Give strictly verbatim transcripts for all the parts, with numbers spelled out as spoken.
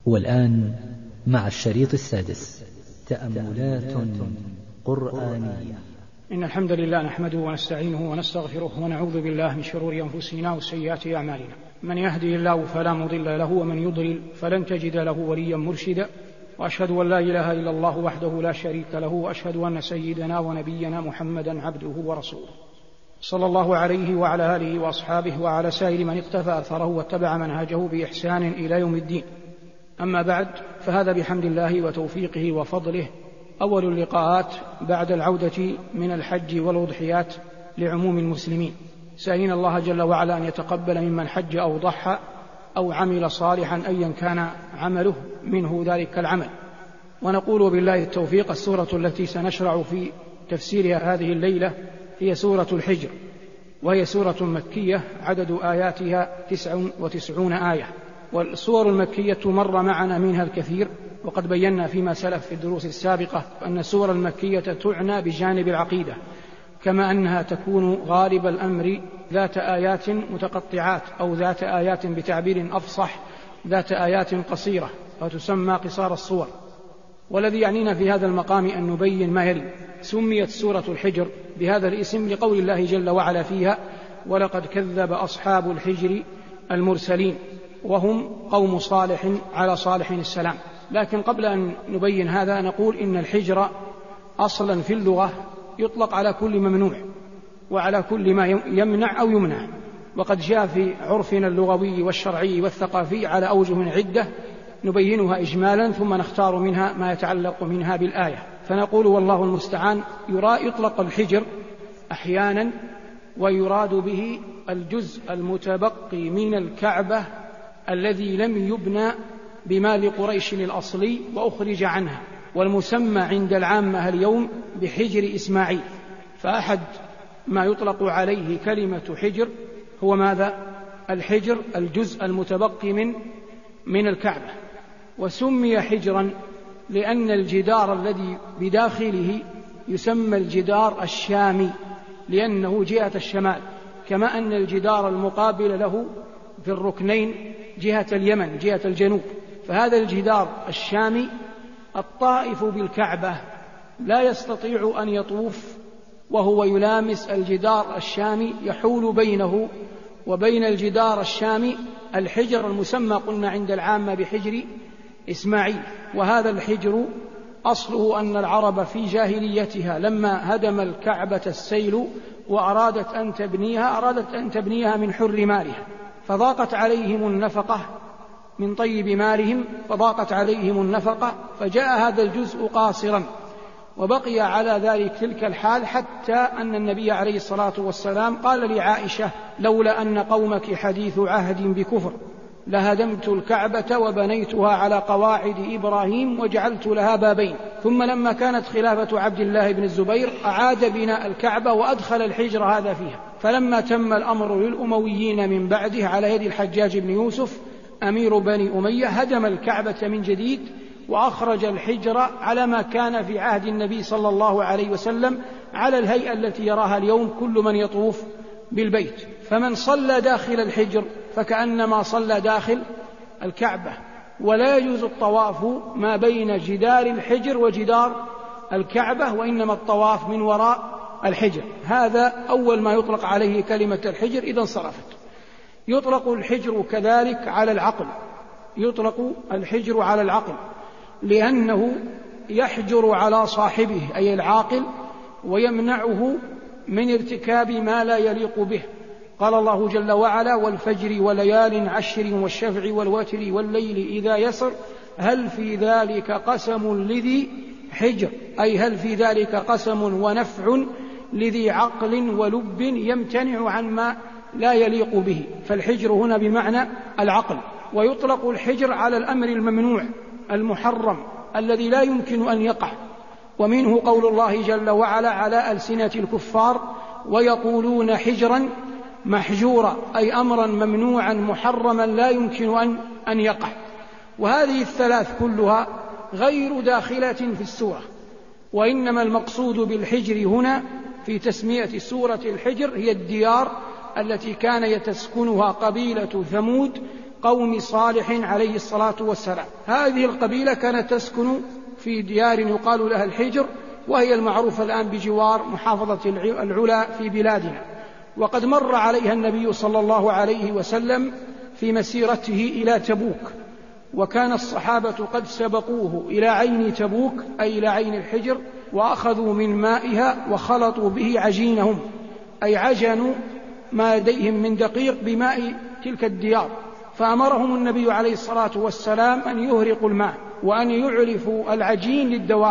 والآن مع الشريط السادس تأملات قرآنية. إن الحمد لله نحمده ونستعينه ونستغفره ونعوذ بالله من شرور أنفسنا وسيئات أعمالنا. من يهدي الله فلا مضل له ومن يضلل فلن تجد له وليا مرشدا، وأشهد أن لا إله إلا الله وحده لا شريك له، وأشهد أن سيدنا ونبينا محمدا عبده ورسوله صلى الله عليه وعلى آله وأصحابه وعلى سائر من اقتفى أثره واتبع منهجه بإحسان إلى يوم الدين. أما بعد، فهذا بحمد الله وتوفيقه وفضله أول اللقاءات بعد العودة من الحج والأضحيات لعموم المسلمين، سائلين الله جل وعلا أن يتقبل ممن حج أو ضحى أو عمل صالحا أيا كان عمله منه ذلك العمل. ونقول بالله التوفيق، السورة التي سنشرع في تفسيرها هذه الليلة هي سورة الحجر، وهي سورة مكية عدد آياتها تسع وتسعون آية. والسور المكية مر معنا منها الكثير، وقد بينا فيما سلف في الدروس السابقة أن السور المكية تعنى بجانب العقيدة، كما أنها تكون غالب الأمر ذات آيات متقطعات أو ذات آيات بتعبير أفصح ذات آيات قصيرة، فتسمى قصار الصور. والذي يعنينا في هذا المقام أن نبين ما يلي. سميت سورة الحجر بهذا الاسم لقول الله جل وعلا فيها: ولقد كذب أصحاب الحجر المرسلين، وهم قوم صالح على صالح السلام. لكن قبل أن نبين هذا نقول إن الحجر أصلا في اللغة يطلق على كل ممنوع وعلى كل ما يمنع أو يمنع، وقد جاء في عرفنا اللغوي والشرعي والثقافي على أوجه عدة نبينها إجمالا، ثم نختار منها ما يتعلق منها بالآية. فنقول والله المستعان، يطلق الحجر أحيانا ويراد به الجزء المتبقي من الكعبة الذي لم يبنى بمال قريش الأصلي وأخرج عنها، والمسمى عند العامة اليوم بحجر إسماعيل. فأحد ما يطلق عليه كلمة حجر هو ماذا؟ الحجر، الجزء المتبقي من من الكعبة. وسمي حجرا لأن الجدار الذي بداخله يسمى الجدار الشامي، لأنه جهة الشمال، كما أن الجدار المقابل له في الركنين جهة اليمن جهة الجنوب. فهذا الجدار الشامي الطائف بالكعبة لا يستطيع أن يطوف وهو يلامس الجدار الشامي، يحول بينه وبين الجدار الشامي الحجر المسمى قلنا عند العامة بحجر إسماعيل. وهذا الحجر أصله أن العرب في جاهليتها لما هدم الكعبة السيل وأرادت أن تبنيها أرادت أن تبنيها من حر مالها، فضاقت عليهم النفقة من طيب مالهم، فضاقت عليهم النفقة، فجاء هذا الجزء قاصرا وبقي على ذلك تلك الحال، حتى أن النبي عليه الصلاة والسلام قال لعائشة: لولا أن قومك حديث عهد بكفر لهدمت الكعبة وبنيتها على قواعد إبراهيم وجعلت لها بابين. ثم لما كانت خلافة عبد الله بن الزبير أعاد بناء الكعبة وأدخل الحجر هذا فيها. فلما تم الأمر للأمويين من بعده على يد الحجاج بن يوسف أمير بني أمية، هدم الكعبة من جديد وأخرج الحجر على ما كان في عهد النبي صلى الله عليه وسلم على الهيئة التي يراها اليوم كل من يطوف بالبيت. فمن صلى داخل الحجر فكأنما صلى داخل الكعبة، ولا يجوز الطواف ما بين جدار الحجر وجدار الكعبة، وإنما الطواف من وراء الحجر. هذا أول ما يطلق عليه كلمة الحجر إذا انصرفت. يطلق الحجر كذلك على العقل، يطلق الحجر على العقل لأنه يحجر على صاحبه أي العاقل ويمنعه من ارتكاب ما لا يليق به. قال الله جل وعلا: والفجر وليال عشر والشفع والوتر والليل إذا يسر هل في ذلك قسم لذي حجر، أي هل في ذلك قسم ونفع لذي عقل ولب يمتنع عن ما لا يليق به. فالحجر هنا بمعنى العقل. ويطلق الحجر على الأمر الممنوع المحرم الذي لا يمكن أن يقع، ومنه قول الله جل وعلا على ألسنة الكفار: ويقولون حجرا محجورا، أي أمرا ممنوعا محرما لا يمكن أن, أن يقع. وهذه الثلاث كلها غير داخلة في السورة، وإنما المقصود بالحجر هنا في تسمية سورة الحجر هي الديار التي كان يتسكنها قبيلة ثمود قوم صالح عليه الصلاة والسلام. هذه القبيلة كانت تسكن في ديار يقال لها الحجر، وهي المعروفة الآن بجوار محافظة العلا في بلادنا. وقد مر عليها النبي صلى الله عليه وسلم في مسيرته إلى تبوك، وكان الصحابة قد سبقوه إلى عين تبوك أي إلى عين الحجر، وأخذوا من مائها وخلطوا به عجينهم، أي عجنوا ما لديهم من دقيق بماء تلك الديار. فأمرهم النبي عليه الصلاة والسلام أن يهرقوا الماء وأن يعلفوا العجين للدواب،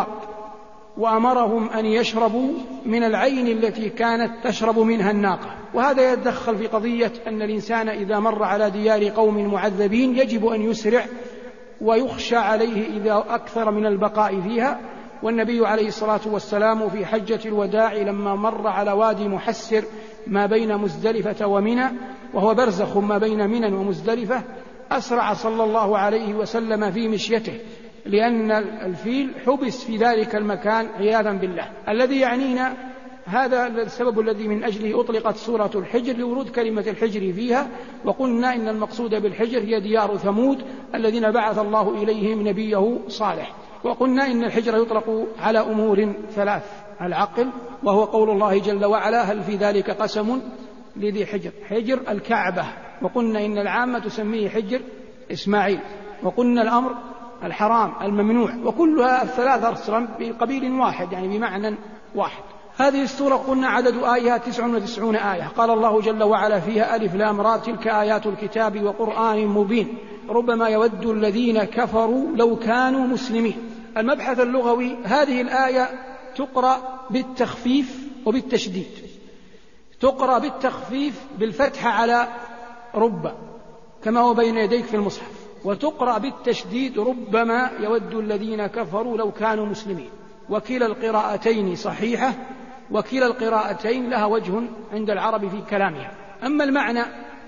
وأمرهم أن يشربوا من العين التي كانت تشرب منها الناقة. وهذا يتدخل في قضية أن الإنسان إذا مر على ديار قوم معذبين يجب أن يسرع ويخشى عليه إذا أكثر من البقاء فيها. والنبي عليه الصلاة والسلام في حجة الوداع لما مر على وادي محسر ما بين مزدلفة ومنى، وهو برزخ ما بين منى ومزدلفة، أسرع صلى الله عليه وسلم في مشيته، لأن الفيل حبس في ذلك المكان عياذا بالله. الذي يعنينا هذا السبب الذي من أجله أطلقت سورة الحجر لورود كلمة الحجر فيها، وقلنا إن المقصود بالحجر هي ديار ثمود الذين بعث الله إليهم نبيه صالح. وقلنا إن الحجر يطلق على أمور ثلاث: العقل، وهو قول الله جل وعلا: هل في ذلك قسم لذي حجر. حجر الكعبة، وقلنا إن العامة تسميه حجر إسماعيل. وقلنا الأمر الحرام الممنوع، وكلها الثلاثة أصلا بقبيل واحد يعني بمعنى واحد. هذه السورة قلنا عدد آيات تسع وتسعون آية، قال الله جل وعلا فيها: ألف لام را تلك آيات الكتاب وقرآن مبين ربما يود الذين كفروا لو كانوا مسلمين. المبحث اللغوي: هذه الآية تقرأ بالتخفيف وبالتشديد. تقرأ بالتخفيف بالفتحة على رب كما هو بين يديك في المصحف، وتقرأ بالتشديد ربما يود الذين كفروا لو كانوا مسلمين. وكلا القراءتين صحيحة، وكلا القراءتين لها وجه عند العرب في كلامها. أما المعنى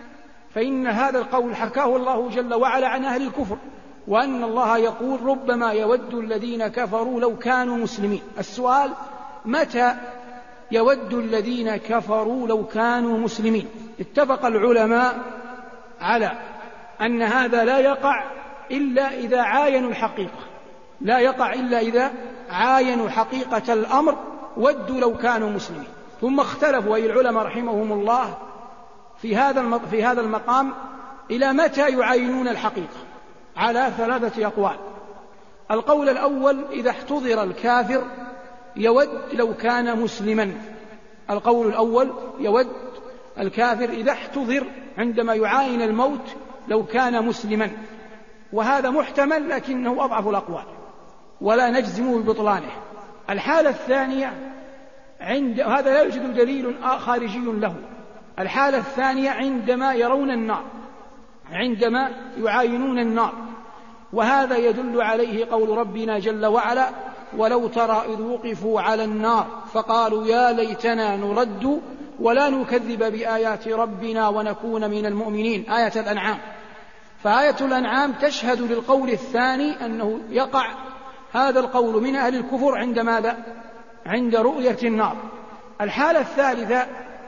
فإن هذا القول حكاه الله جل وعلا عن أهل الكفر، وأن الله يقول: ربما يود الذين كفروا لو كانوا مسلمين. السؤال: متى يود الذين كفروا لو كانوا مسلمين؟ اتفق العلماء على أن هذا لا يقع إلا إذا عاينوا الحقيقة، لا يقع إلا إذا عاينوا حقيقة الأمر ودوا لو كانوا مسلمين. ثم اختلفوا أي العلماء رحمهم الله في هذا في هذا المقام إلى متى يعاينون الحقيقة، على ثلاثة أقوال. القول الأول: إذا احتضر الكافر يود لو كان مسلما. القول الأول: يود الكافر إذا احتضر عندما يعاين الموت لو كان مسلما، وهذا محتمل لكنه أضعف الأقوال ولا نجزم ببطلانه. الحالة الثانية عند هذا لا يوجد دليل خارجي له. الحالة الثانية عندما يرون النار، عندما يعاينون النار، وهذا يدل عليه قول ربنا جل وعلا: ولو ترى إذ وقفوا على النار فقالوا يا ليتنا نرد ولا نكذب بآيات ربنا ونكون من المؤمنين. آية الأنعام. فآية الأنعام تشهد للقول الثاني أنه يقع هذا القول من أهل الكفر عند ماذا؟ عند رؤية النار. الحالة الثالثة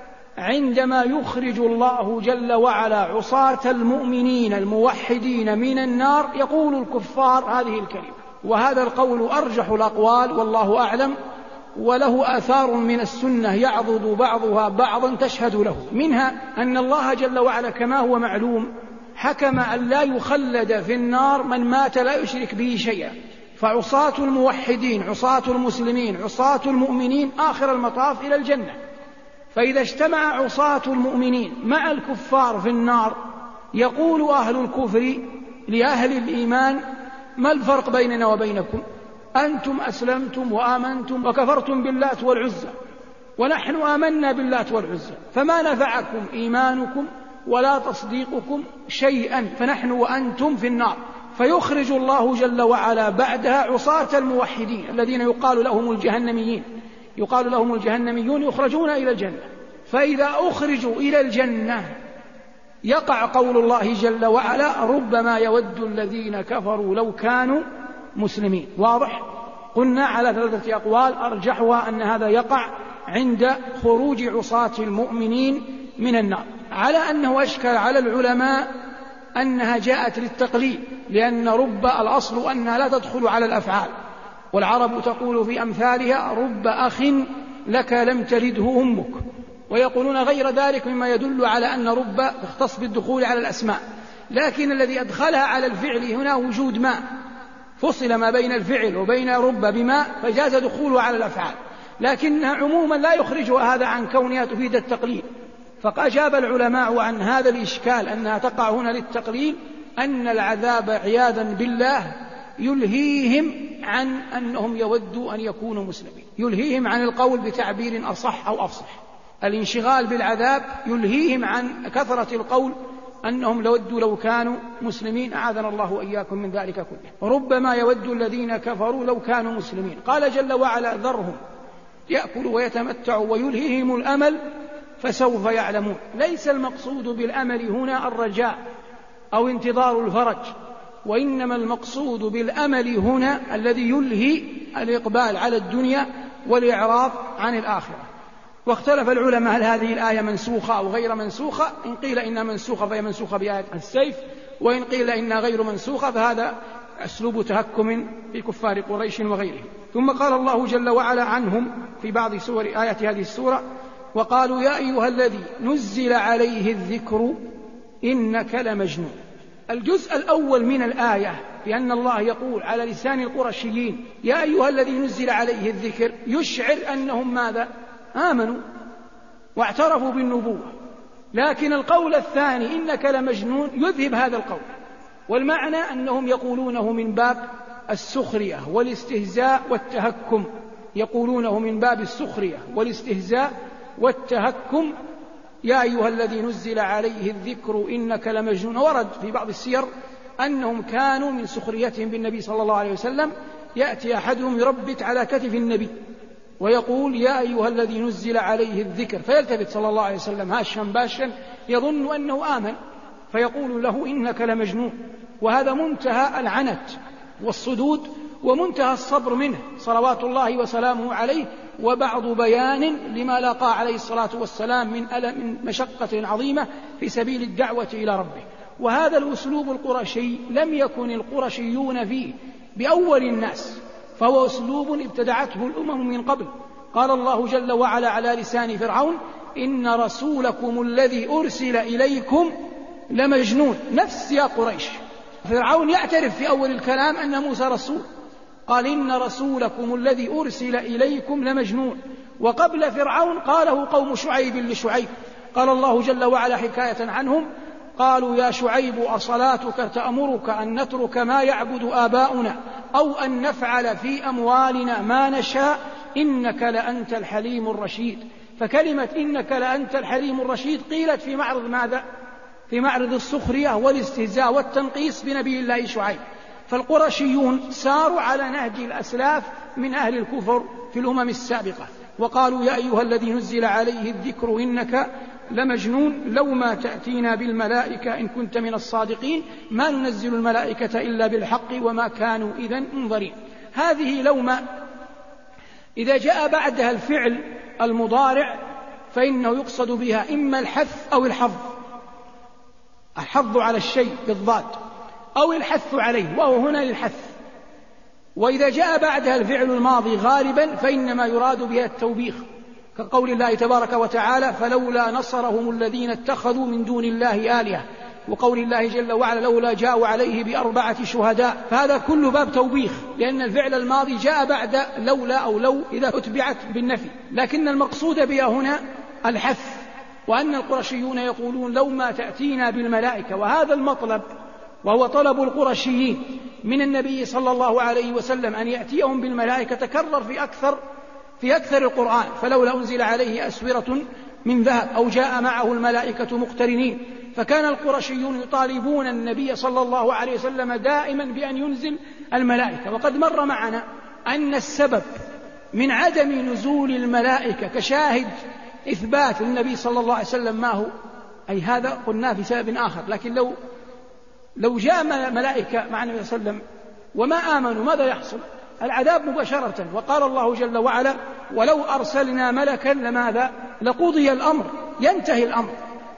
عندما يخرج الله جل وعلا عصاة المؤمنين الموحدين من النار، يقول الكفار هذه الكلمة. وهذا القول أرجح الأقوال والله أعلم، وله آثار من السنة يعضد بعضها بعضا تشهد له. منها أن الله جل وعلا كما هو معلوم حكم أن لا يخلد في النار من مات لا يشرك به شيئا، فعصاة الموحدين، عصاة المسلمين، عصاة المؤمنين آخر المطاف إلى الجنة. فإذا اجتمع عصاة المؤمنين مع الكفار في النار، يقول أهل الكفر لأهل الإيمان: ما الفرق بيننا وبينكم؟ أنتم أسلمتم وآمنتم وكفرتم باللات والعزى، ونحن آمنا باللات والعزى، فما نفعكم إيمانكم ولا تصديقكم شيئا، فنحن وأنتم في النار. فيخرج الله جل وعلا بعدها عصاة الموحدين الذين يقال لهم الجهنميين، يقال لهم الجهنميون يخرجون إلى الجنة. فإذا أخرجوا إلى الجنة يقع قول الله جل وعلا: ربما يود الذين كفروا لو كانوا مسلمين. واضح؟ قلنا على ثلاثة أقوال، أرجحها أن هذا يقع عند خروج عصاة المؤمنين من النار، على أنه أشكل على العلماء أنها جاءت للتقليل، لأن رب الأصل أنها لا تدخل على الأفعال، والعرب تقول في أمثالها رب أخ لك لم تلده أمك، ويقولون غير ذلك مما يدل على أن رب تختص بالدخول على الأسماء. لكن الذي أدخلها على الفعل هنا وجود ما، فصل ما بين الفعل وبين رب بما، فجاز دخولها على الأفعال، لكنها عموما لا يخرجها هذا عن كونها تفيد التقليل. فأجاب العلماء عن هذا الإشكال أنها تقع هنا للتقليل، أن العذاب عياذا بالله يلهيهم عن أنهم يودوا أن يكونوا مسلمين، يلهيهم عن القول بتعبير أصح أو أفصح. الانشغال بالعذاب يلهيهم عن كثرة القول أنهم لودوا لو كانوا مسلمين، أعاذنا الله وإياكم من ذلك كله. ربما يود الذين كفروا لو كانوا مسلمين. قال جل وعلا ذرهم يأكلوا ويتمتعوا ويلهيهم الأمل فسوف يعلمون. ليس المقصود بالأمل هنا الرجاء أو انتظار الفرج، وإنما المقصود بالأمل هنا الذي يلهي الإقبال على الدنيا والإعراض عن الآخرة. واختلف العلماء هل هذه الآية منسوخة أو غير منسوخة. إن قيل إنها منسوخة فهي منسوخة بآية السيف، وإن قيل إنها غير منسوخة فهذا أسلوب تهكم في كفار قريش وغيرهم. ثم قال الله جل وعلا عنهم في بعض سور آيات هذه السورة: وقالوا يا أيها الذي نزل عليه الذكر إنك لمجنون. الجزء الأول من الآية بأن الله يقول على لسان القرشيين يا أيها الذي نزل عليه الذكر يشعر أنهم ماذا؟ آمنوا واعترفوا بالنبوة. لكن القول الثاني إنك لمجنون يذهب هذا القول، والمعنى أنهم يقولونه من باب السخرية والاستهزاء والتهكم، يقولونه من باب السخرية والاستهزاء والتهكم. يا أيها الذي نزل عليه الذكر إنك لمجنون. ورد في بعض السير أنهم كانوا من سخريتهم بالنبي صلى الله عليه وسلم يأتي أحدهم يربت على كتف النبي ويقول يا أيها الذي نزل عليه الذكر، فيلتفت صلى الله عليه وسلم هاشا باشا يظن أنه آمن، فيقول له إنك لمجنون. وهذا منتهى العنت والصدود ومنتهى الصبر منه صلوات الله وسلامه عليه، وبعض بيان لما لاقى عليه الصلاة والسلام من ألم مشقة عظيمة في سبيل الدعوة إلى ربه. وهذا الأسلوب القرشي لم يكن القرشيون فيه بأول الناس، فهو أسلوب ابتدعته الأمم من قبل. قال الله جل وعلا على لسان فرعون إن رسولكم الذي أرسل إليكم لمجنون. نفس يا قريش، فرعون يعترف في أول الكلام أن موسى رسول، قال إن رسولكم الذي أرسل إليكم لمجنون. وقبل فرعون قاله قوم شعيب لشعيب، قال الله جل وعلا حكاية عنهم قالوا يا شعيب أصلاتك تأمرك أن نترك ما يعبد آباؤنا أو أن نفعل في أموالنا ما نشاء إنك لأنت الحليم الرشيد. فكلمة إنك لأنت الحليم الرشيد قيلت في معرض ماذا؟ في معرض السخرية والاستهزاء والتنقيص بنبي الله شعيب. فالقرشيون ساروا على نهج الأسلاف من أهل الكفر في الأمم السابقة، وقالوا يا أيها الذي نزل عليه الذكر إنك لمجنون لو ما تأتينا بالملائكة إن كنت من الصادقين ما ننزل الملائكة إلا بالحق وما كانوا إذن منظرين. هذه لو ما إذا جاء بعدها الفعل المضارع فإنه يقصد بها إما الحث أو الحظ، الحظ على الشيء بالضاد أو الحث عليه، وهو هنا للحث. وإذا جاء بعدها الفعل الماضي غالبا فإنما يراد بها التوبيخ، كقول الله تبارك وتعالى فلولا نصرهم الذين اتخذوا من دون الله آلهة، وقول الله جل وعلا لولا جاءوا عليه بأربعة شهداء. فهذا كله باب توبيخ، لأن الفعل الماضي جاء بعد لولا أو لو إذا أتبعت بالنفي، لكن المقصود بها هنا الحث. وأن القرشيون يقولون لو ما تأتينا بالملائكة، وهذا المطلب وهو طلب القرشيين من النبي صلى الله عليه وسلم أن يأتيهم بالملائكة تكرر في أكثر في أكثر القرآن. فلولا أنزل عليه أسورة من ذهب أو جاء معه الملائكة مقترنين. فكان القرشيون يطالبون النبي صلى الله عليه وسلم دائما بأن ينزل الملائكة. وقد مر معنا أن السبب من عدم نزول الملائكة كشاهد إثبات النبي صلى الله عليه وسلم ما هو؟ أي هذا قلنا في سبب آخر. لكن لو لو جاء ملائكة مع النبي صلى الله عليه وسلم وما آمنوا ماذا يحصل؟ العذاب مباشرة. وقال الله جل وعلا ولو أرسلنا ملكا لماذا؟ لقضي الأمر، ينتهي الأمر.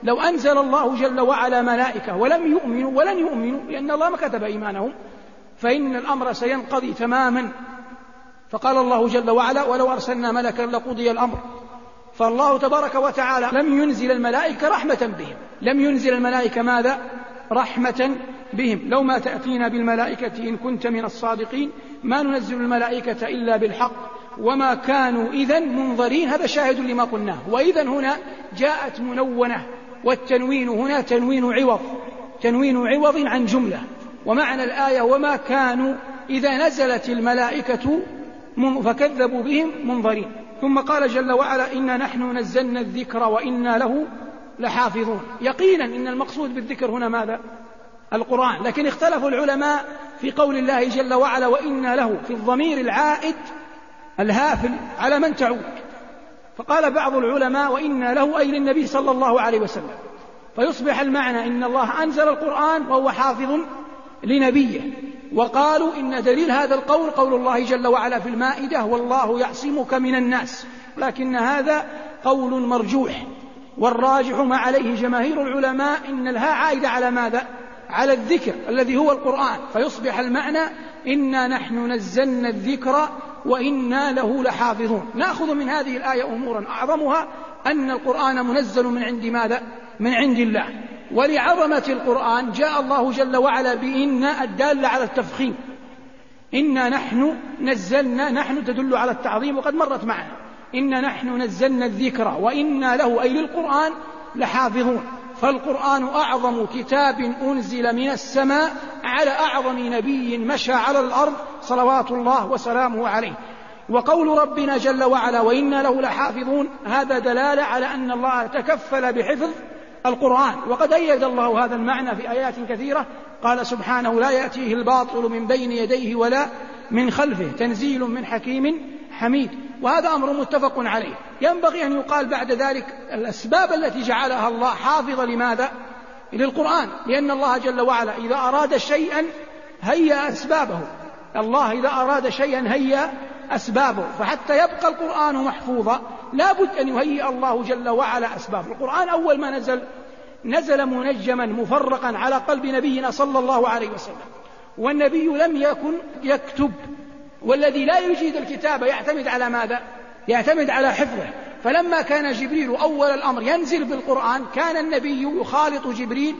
لو أنزل الله جل وعلا ملائكة ولم يؤمنوا ولن يؤمنوا لأن الله ما كتب إيمانهم فإن الأمر سينقضي تماما. فقال الله جل وعلا ولو أرسلنا ملكا لقضي الأمر. فالله تبارك وتعالى لم ينزل الملائكة رحمة بهم، لم ينزل الملائكة ماذا؟ رحمة بهم. لو ما تأتينا بالملائكة إن كنت من الصادقين ما ننزل الملائكة إلا بالحق وما كانوا إذن منظرين. هذا شاهد لما قلناه. وإذن هنا جاءت منونة، والتنوين هنا تنوين عوض، تنوين عوض عن جملة. ومعنى الآية وما كانوا إذا نزلت الملائكة فكذبوا بهم منظرين. ثم قال جل وعلا إنا نحن نزلنا الذكر وإنا له لحافظون. يقينا إن المقصود بالذكر هنا ماذا؟ القرآن. لكن اختلفوا العلماء في قول الله جل وعلا وإنا له في الضمير العائد الهافل على من تعود. فقال بعض العلماء وإنا له أي للنبي صلى الله عليه وسلم، فيصبح المعنى إن الله أنزل القرآن وهو حافظ لنبيه. وقالوا إن دليل هذا القول قول الله جل وعلا في المائدة والله يعصمك من الناس. لكن هذا قول مرجوح، والراجح ما عليه جماهير العلماء إن الها عائدة على ماذا؟ على الذكر الذي هو القرآن. فيصبح المعنى إنا نحن نزلنا الذكر وإنا له لحافظون. نأخذ من هذه الآية أمورا أعظمها أن القرآن منزل من عند ماذا؟ من عند الله. ولعظمة القرآن جاء الله جل وعلا بإن الدالة على التفخيم. إنا نحن نزلنا، نحن تدل على التعظيم وقد مرت معنا. إنا نحن نزلنا الذكر وإنا له أي للقرآن لحافظون. فالقرآن أعظم كتاب أنزل من السماء على أعظم نبي مشى على الأرض صلوات الله وسلامه عليه. وقول ربنا جل وعلا وإنا له لحافظون هذا دلالة على أن الله تكفل بحفظ القرآن. وقد أيد الله هذا المعنى في آيات كثيرة. قال سبحانه لا يأتيه الباطل من بين يديه ولا من خلفه تنزيل من حكيم حميد. وهذا أمر متفق عليه. ينبغي أن يقال بعد ذلك الأسباب التي جعلها الله حافظة لماذا؟ للقرآن. لأن الله جل وعلا إذا أراد شيئا هيأ أسبابه. الله إذا أراد شيئا هيأ أسبابه. فحتى يبقى القرآن محفوظا لا بد أن يهيئ الله جل وعلا أسبابه. القرآن أول ما نزل نزل منجما مفرقا على قلب نبينا صلى الله عليه وسلم، والنبي لم يكن يكتب، والذي لا يجيد الكتاب يعتمد على ماذا؟ يعتمد على حفظه. فلما كان جبريل أول الأمر ينزل بالقرآن كان النبي يخالط جبريل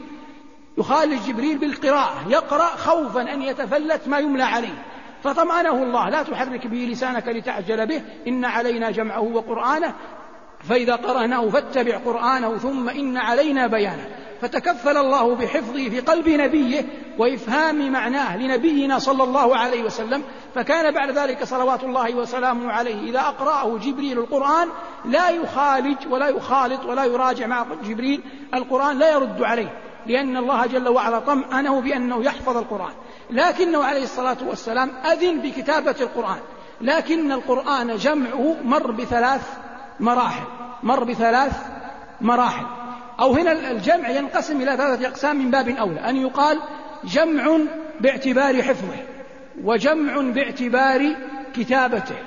يخالط جبريل بالقراءة، يقرأ خوفا أن يتفلت ما يملى عليه. فطمأنه الله لا تحرك به لسانك لتعجل به إن علينا جمعه وقرآنه فإذا قرأناه فاتبع قرآنه ثم إن علينا بيانه. فتكفل الله بحفظه في قلب نبيه وإفهام معناه لنبينا صلى الله عليه وسلم. فكان بعد ذلك صلوات الله وسلامه عليه إذا أقرأه جبريل القرآن لا يخالج ولا يخالط ولا يراجع مع جبريل القرآن، لا يرد عليه، لأن الله جل وعلا طمأنه بأنه يحفظ القرآن. لكنه عليه الصلاة والسلام أذن بكتابة القرآن، لكن القرآن جمعه مر بثلاث مراحل مر بثلاث مراحل أو هنا الجمع ينقسم إلى ثلاثة أقسام من باب أولى. أن يقال جمع باعتبار حفظه، وجمع باعتبار كتابته،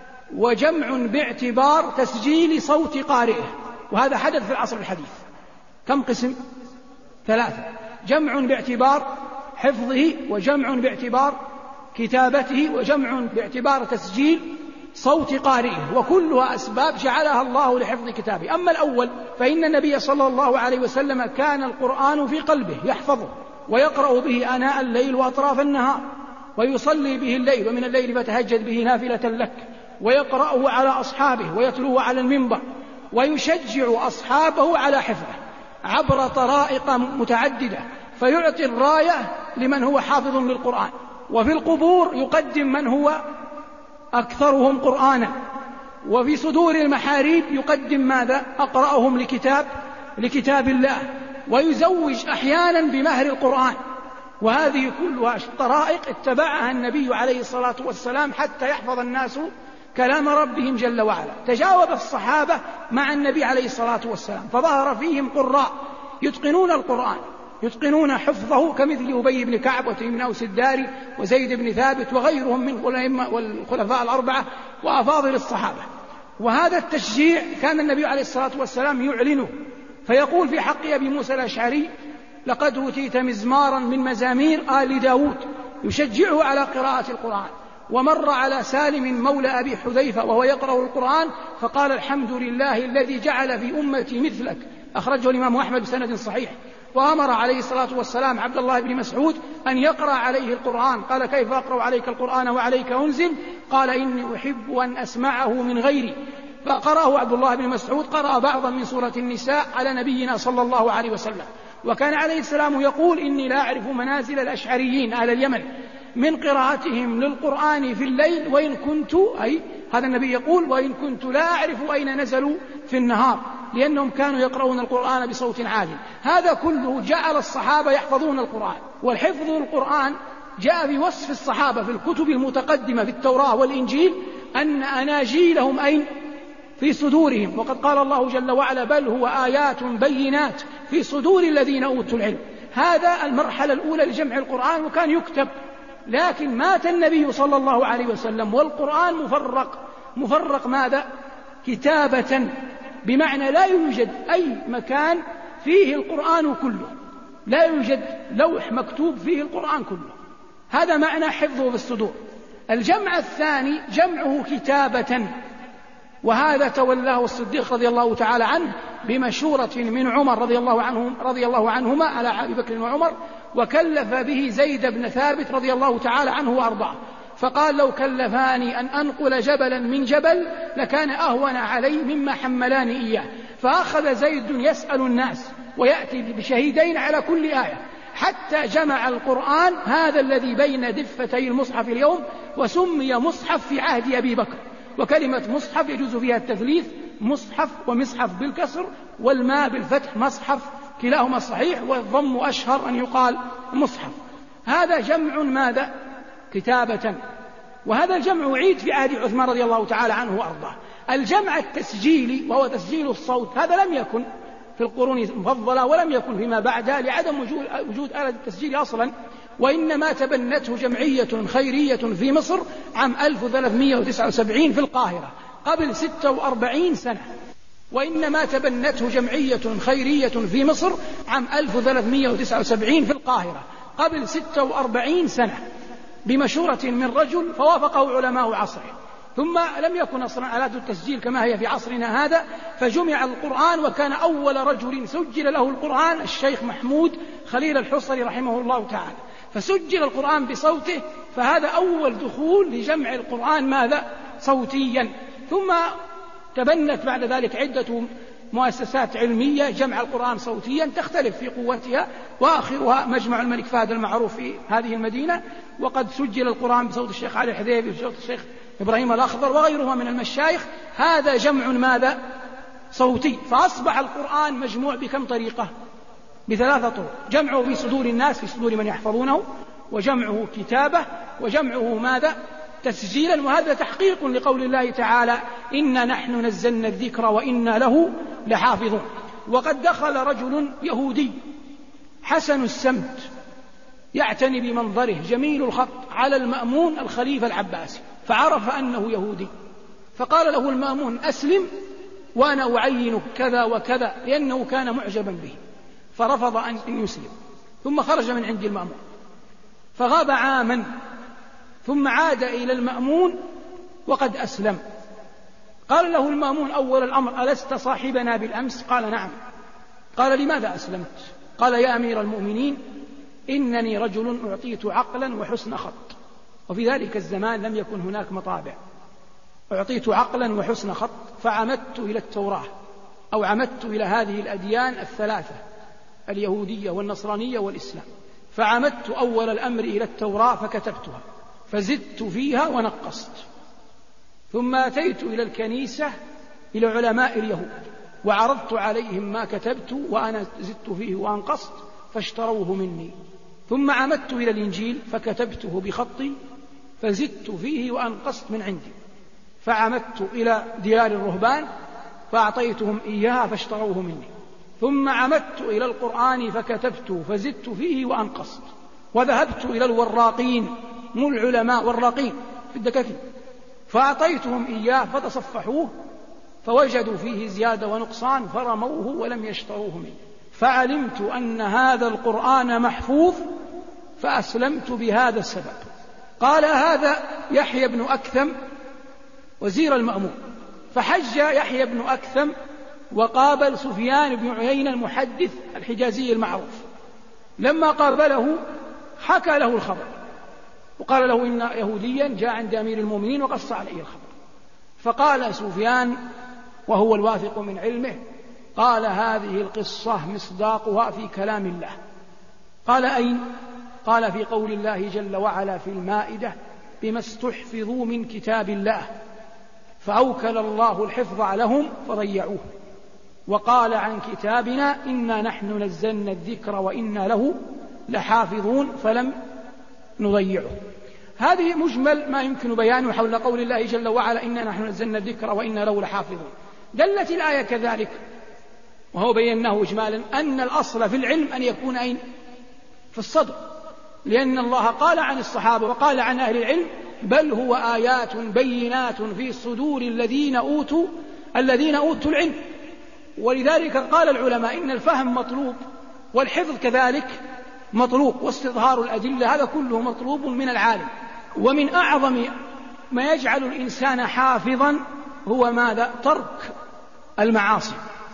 وجمع باعتبار تسجيل صوت قارئه. وهذا حدث في العصر الحديث. كم قسم؟ ثلاثة. جمع باعتبار حفظه، وجمع باعتبار كتابته، وجمع باعتبار تسجيل صوت قارئه. وكلها أسباب جعلها الله لحفظ كتابه. أما الأول فإن النبي صلى الله عليه وسلم كان القرآن في قلبه يحفظه ويقرأ به آناء الليل وأطراف النهار، ويصلي به الليل ومن الليل فتهجد به نافلة لك، ويقرأه على أصحابه ويتلوه على المنبر، ويشجع أصحابه على حفظه عبر طرائق متعددة. فيعطي الراية لمن هو حافظ للقرآن، وفي القبور يقدم من هو أكثرهم قرآنا، وفي صدور المحاريب يقدم ماذا؟ أقرأهم لكتاب لكتاب الله، ويزوج أحيانا بمهر القرآن. وهذه كلها طرائق اتبعها النبي عليه الصلاة والسلام حتى يحفظ الناس كلام ربهم جل وعلا. تجاوب الصحابة مع النبي عليه الصلاة والسلام فظهر فيهم قراء يتقنون القرآن، يتقنون حفظه كمثل أبي بن كعب وتيم بن أوس الداري وزيد بن ثابت وغيرهم من الأئمة والخلفاء الأربعة وأفاضل الصحابة. وهذا التشجيع كان النبي عليه الصلاة والسلام يعلنه فيقول في حق أبي موسى الأشعري: لقد أوتيت مزمارا من مزامير آل داود يشجعه على قراءة القرآن. ومر على سالم مولى أبي حذيفة وهو يقرأ القرآن فقال: الحمد لله الذي جعل في أمتي مثلك، أخرجه الإمام أحمد بسند صحيح. وأمر عليه الصلاة والسلام عبد الله بن مسعود أن يقرأ عليه القرآن، قال: كيف أقرأ عليك القرآن وعليك أنزل؟ قال: إني أحب أن أسمعه من غيري. فقرأه عبد الله بن مسعود، قرأ بعضا من سورة النساء على نبينا صلى الله عليه وسلم. وكان عليه السلام يقول: إني لا أعرف منازل الأشعريين أهل اليمن من قراءتهم للقرآن في الليل وإن كنت، أي هذا النبي يقول: وإن كنت لا أعرف أين نزلوا في النهار، لأنهم كانوا يقرؤون القرآن بصوت عال. هذا كله جعل الصحابة يحفظون القرآن. والحفظ القرآن جاء في وصف الصحابة في الكتب المتقدمة في التوراة والإنجيل أن أناجيلهم أين؟ في صدورهم. وقد قال الله جل وعلا: بل هو آيات بينات في صدور الذين أوتوا العلم. هذا المرحلة الأولى لجمع القرآن، وكان يكتب. لكن مات النبي صلى الله عليه وسلم والقرآن مفرق. مفرق ماذا؟ كتابة، بمعنى لا يوجد أي مكان فيه القرآن كله، لا يوجد لوح مكتوب فيه القرآن كله. هذا معنى حفظه في الصدور. الجمع الثاني جمعه كتابة، وهذا تولاه الصديق رضي الله تعالى عنه بمشورة من عمر رضي الله عنه رضي الله عنهما على أبي بكر وعمر، وكلف به زيد بن ثابت رضي الله تعالى عنه وأرضاه. فقال: لو كلفاني أن أنقل جبلا من جبل لكان أهون علي مما حملاني إياه. فأخذ زيد يسأل الناس ويأتي بشهيدين على كل آية، حتى جمع القرآن هذا الذي بين دفتي المصحف اليوم، وسمي مصحف في عهد أبي بكر. وكلمة مصحف يجوز فيها التثليث، مصحف ومصحف بالكسر، والماء بالفتح مصحف، كلاهما صحيح، والضم أشهر أن يقال مصحف. هذا جمع ماذا؟ كتابة. وهذا الجمع عيد في عهد عثمان رضي الله تعالى عنه وأرضاه. الجمع التسجيلي وهو تسجيل الصوت، هذا لم يكن في القرون المفضلة ولم يكن فيما بعدها لعدم وجود آلة التسجيل أصلا، وإنما تبنته جمعية خيرية في مصر عام ألف وثلاثمائة وتسعة وسبعين في القاهرة قبل ستة وأربعين سنة. وإنما تبنته جمعية خيرية في مصر عام ألف وثلاثمائة وتسعة وسبعين في القاهرة قبل ستة وأربعين سنة بمشورة من رجل فوافقه علماء عصره. ثم لم يكن أصلا آلات التسجيل كما هي في عصرنا هذا، فجمع القرآن. وكان أول رجل سجل له القرآن الشيخ محمود خليل الحصري رحمه الله تعالى، فسجل القرآن بصوته. فهذا أول دخول لجمع القرآن ماذا؟ صوتيا. ثم تبنت بعد ذلك عدة مؤسسات علمية جمع القرآن صوتيا تختلف في قوتها، وآخرها مجمع الملك فهد المعروف في هذه المدينة، وقد سجل القرآن بصوت الشيخ علي الحذيفي وصوت الشيخ إبراهيم الأخضر وغيرهما من المشايخ. هذا جمع ماذا؟ صوتي. فأصبح القرآن مجموع بكم طريقة؟ بثلاثة طرق: جمعه في صدور الناس في صدور من يحفظونه، وجمعه كتابة، وجمعه ماذا؟ تسجيلا. وهذا تحقيق لقول الله تعالى: إنا نحن نزلنا الذكر وإنا له لحافظون. وقد دخل رجل يهودي حسن السمت يعتني بمنظره جميل الخط على المأمون الخليفة العباسي، فعرف أنه يهودي، فقال له المأمون: أسلم وأنا أعينك كذا وكذا، لأنه كان معجبا به، فرفض أن يسلم. ثم خرج من عند المأمون فغاب عاما، ثم عاد إلى المأمون وقد أسلم. قال له المأمون أول الأمر: ألست صاحبنا بالأمس؟ قال: نعم. قال: لماذا أسلمت؟ قال: يا أمير المؤمنين، إنني رجل أعطيت عقلا وحسن خط، وفي ذلك الزمان لم يكن هناك مطابع. أعطيت عقلا وحسن خط فعمدت إلى التوراة، أو عمدت إلى هذه الأديان الثلاثة، اليهودية والنصرانية والإسلام. فعمدت أول الأمر إلى التوراة فكتبتها، فزدت فيها ونقصت. ثم أتيت إلى الكنيسة إلى علماء اليهود وعرضت عليهم ما كتبت وأنا زدت فيه وأنقصت، فاشتروه مني. ثم عمدت إلى الإنجيل فكتبته بخطي فزدت فيه وأنقصت من عندي. فعمدت إلى ديار الرهبان فأعطيتهم إياها فاشتروه مني. ثم عمدت إلى القرآن فكتبته فزدت فيه وأنقصت. وذهبت إلى الوراقين، مو العلماء، وراقين في الدكاكين، فأعطيتهم إياه فتصفحوه فوجدوا فيه زيادة ونقصان فرموه ولم يشتروه منه، فعلمت أن هذا القرآن محفوظ فأسلمت بهذا السبب. قال هذا يحيى بن أكثم وزير المأمون، فحج يحيى بن أكثم وقابل سفيان بن عيينة المحدث الحجازي المعروف، لما قابله حكى له الخبر وقال له إن يهوديا جاء عند أمير المؤمنين وقص عليه الخبر، فقال سفيان وهو الواثق من علمه قال هذه القصة مصداقها في كلام الله. قال أين؟ قال في قول الله جل وعلا في المائدة بما استحفظوا من كتاب الله فأوكل الله الحفظ لهم فضيعوه، وقال عن كتابنا إنا نحن نزلنا الذكر وإنا له لحافظون فلم نضيعه. هذه مجمل ما يمكن بيانه حول قول الله جل وعلا إنا نحن نزلنا الذكر وإنا له لحافظون. دلت الآية كذلك وهو بيناه إجمالا أن الأصل في العلم أن يكون أين؟ في الصدر، لأن الله قال عن الصحابة وقال عن أهل العلم بل هو آيات بينات في صدور الذين أوتوا الذين أوتوا العلم. ولذلك قال العلماء إن الفهم مطلوب والحفظ كذلك مطلوب، واستظهار الأدلة هذا كله مطلوب من العالم. ومن أعظم ما يجعل الإنسان حافظا هو ماذا؟ ترك المعاصي.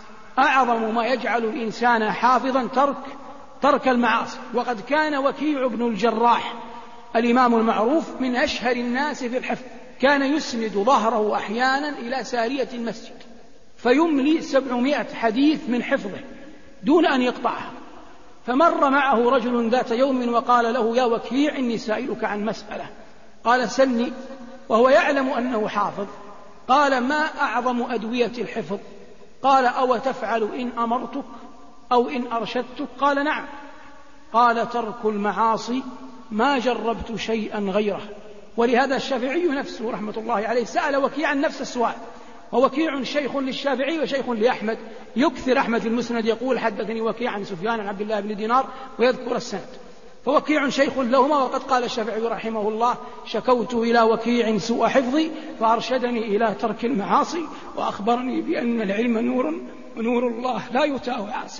أعظم ما يجعل الإنسان حافظا ترك ترك المعاصي. وقد كان وكيع بن الجراح الإمام المعروف من أشهر الناس في الحفظ، كان يسند ظهره أحيانا إلى سارية المسجد فيملي سبعمائة حديث من حفظه دون أن يقطعها. فمر معه رجل ذات يوم وقال له يا وكيع إني سائلك عن مسألة. قال سلني، وهو يعلم أنه حافظ. قال ما أعظم أدوية الحفظ؟ قال أو تفعل إن أمرتك أو إن أرشدتك؟ قال نعم. قال ترك المعاصي ما جربت شيئا غيره. ولهذا الشافعي نفسه رحمة الله عليه سأل وكيعا نفس السؤال، ووكيع شيخ للشافعي وشيخ لأحمد، يكثر أحمد المسند يقول حدثني وكيع عن سفيان عن عبد الله بن دينار ويذكر السند، فوكيع شيخ لهما. وقد قال الشافعي رحمه الله شكوت إلى وكيع سوء حفظي فأرشدني إلى ترك المعاصي وأخبرني بأن العلم نور ونور الله لا يتاه عاصي.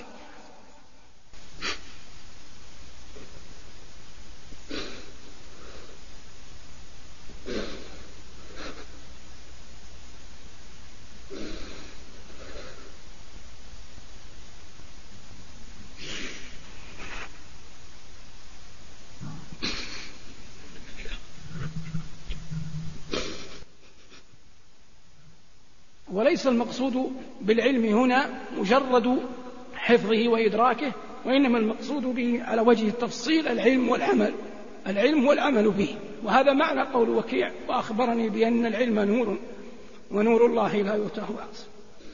وليس المقصود بالعلم هنا مجرد حفظه وإدراكه، وإنما المقصود به على وجه التفصيل العلم والعمل العلم والعمل به. وهذا معنى قول وكيع وأخبرني بأن العلم نور ونور الله لا يتاه عاصي.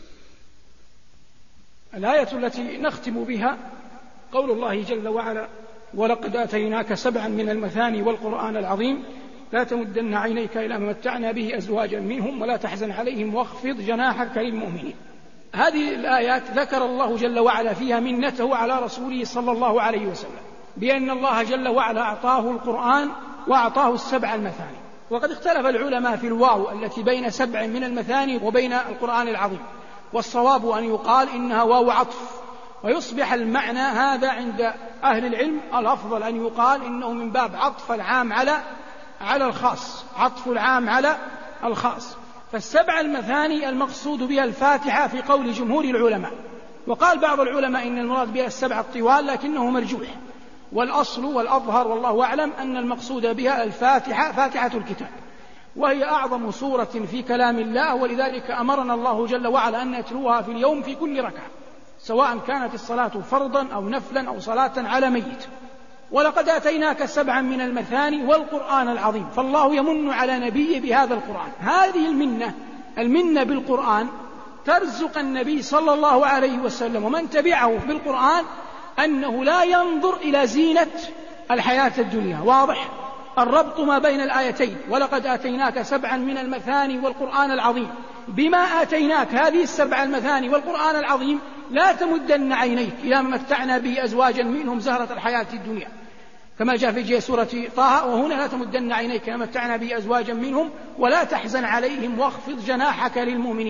الآية التي نختم بها قول الله جل وعلا ولقد آتيناك سبعا من المثاني والقرآن العظيم لا تمدن عينيك إلى ما متعنا به أزواجا منهم ولا تحزن عليهم واخفض جناحك للمؤمنين. هذه الآيات ذكر الله جل وعلا فيها منته على رسوله صلى الله عليه وسلم بأن الله جل وعلا أعطاه القرآن وأعطاه السبع المثاني. وقد اختلف العلماء في الواو التي بين سبع من المثاني وبين القرآن العظيم، والصواب أن يقال إنها واو عطف، ويصبح المعنى هذا عند أهل العلم الأفضل أن يقال إنه من باب عطف العام على على الخاص، عطف العام على الخاص. فالسبع المثاني المقصود بها الفاتحة في قول جمهور العلماء. وقال بعض العلماء إن المراد بها السبع الطوال لكنه مرجوح، والأصل والأظهر والله أعلم أن المقصود بها الفاتحة فاتحة الكتاب، وهي أعظم سورة في كلام الله، ولذلك أمرنا الله جل وعلا أن نتلوها في اليوم في كل ركعة سواء كانت الصلاة فرضا أو نفلا أو صلاة على ميت. ولقد آتيناك سبعا من المثاني والقرآن العظيم، فالله يمن على نبيه بهذا القرآن. هذه المنة المنة بالقرآن ترزق النبي صلى الله عليه وسلم ومن تبعه بالقرآن أنه لا ينظر إلى زينة الحياة الدنيا. واضح الربط ما بين الآيتين ولقد آتيناك سبعا من المثاني والقرآن العظيم. بما آتيناك هذه السبع المثاني والقرآن العظيم لا تمدن عينيك إلى ما متعنا به أزواجا منهم زهرة الحياة الدنيا، كما جاء في سورة طه وهنا لا تمدن عينيك إلى ما متعنا به أزواجا منهم ولا تحزن عليهم واخفض جناحك للمؤمنين.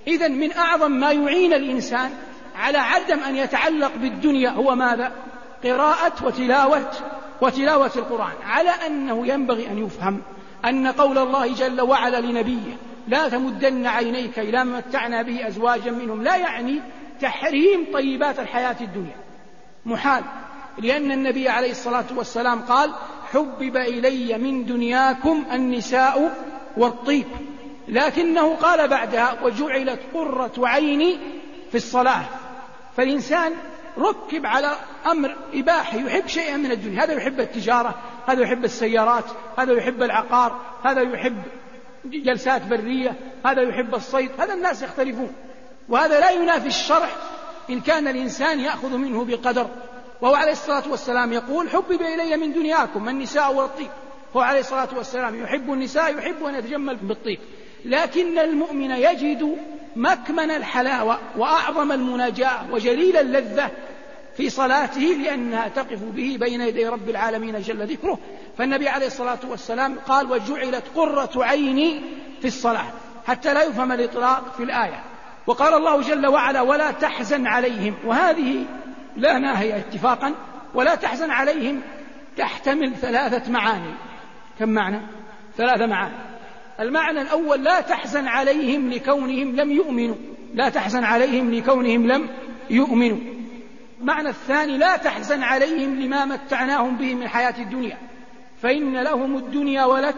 إذن من أعظم ما يعين الإنسان على عدم أن يتعلق بالدنيا هو ماذا؟ قراءة وتلاوة وتلاوة القرآن، على أنه ينبغي أن يفهم أن قول الله جل وعلا لنبيه لا تمدن عينيك إلى ما متعنا به أزواجا منهم لا يعني تحريم طيبات الحياة الدنيا، محال، لأن النبي عليه الصلاة والسلام قال حبب إلي من دنياكم النساء والطيب، لكنه قال بعدها وجعلت قرة عيني في الصلاة. فالإنسان ركب على أمر إباحي، يحب شيئا من الدنيا، هذا يحب التجارة، هذا يحب السيارات، هذا يحب العقار، هذا يحب جلسات برية، هذا يحب الصيد، هذا الناس يختلفون، وهذا لا ينافي الشرع إن كان الإنسان يأخذ منه بقدر. وهو عليه الصلاة والسلام يقول حبب إلي من دنياكم النساء والطيب، هو عليه الصلاة والسلام يحب النساء، يحب أن يتجمل بالطيب، لكن المؤمن يجد مكمن الحلاوة وأعظم المناجاة وجليل اللذة في صلاته، لأنها تقف به بين يدي رب العالمين جل ذكره. فالنبي عليه الصلاة والسلام قال وجعلت قرة عيني في الصلاة، حتى لا يفهم الإطلاق في الآية. وقال الله جل وعلا ولا تحزن عليهم، وهذه لا ناهية اتفاقا، ولا تحزن عليهم تحتمل ثلاثة معاني. كم معنى؟ ثلاثة معاني. المعنى الأول لا تحزن عليهم لكونهم لم يؤمنوا، لا تحزن عليهم لكونهم لم يؤمنوا. المعنى الثاني لا تحزن عليهم لما متعناهم به من حياة الدنيا، فإن لهم الدنيا ولك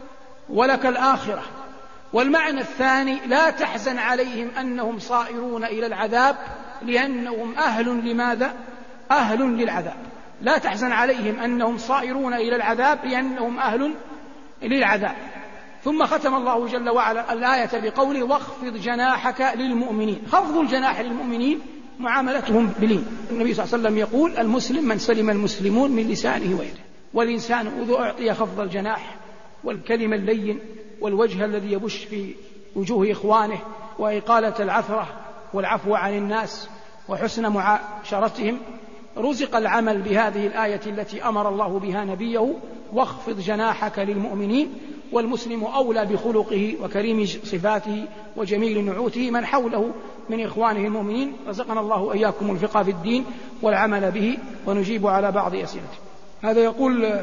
ولك الآخرة. والمعنى الثاني لا تحزن عليهم أنهم صائرون إلى العذاب لأنهم أهل لماذا؟ أهل للعذاب. لا تحزن عليهم أنهم صائرون إلى العذاب لأنهم أهل للعذاب. ثم ختم الله جل وعلا الآية بقوله واخفض جناحك للمؤمنين. خفض الجناح للمؤمنين معاملتهم بلين. النبي صلى الله عليه وسلم يقول المسلم من سلم المسلمون من لسانه ويده، والإنسان إذا أعطي خفض الجناح والكلمة اللين والوجه الذي يبش في وجوه إخوانه وإقالة العثرة والعفو عن الناس وحسن معاشرتهم، رزق العمل بهذه الآية التي أمر الله بها نبيه واخفض جناحك للمؤمنين. والمسلم أولى بخلقه وكريم صفاته وجميل نعوته من حوله من إخوانه المؤمنين. رزقنا الله إياكم الفقه في الدين والعمل به. ونجيب على بعض أسئلته. هذا يقول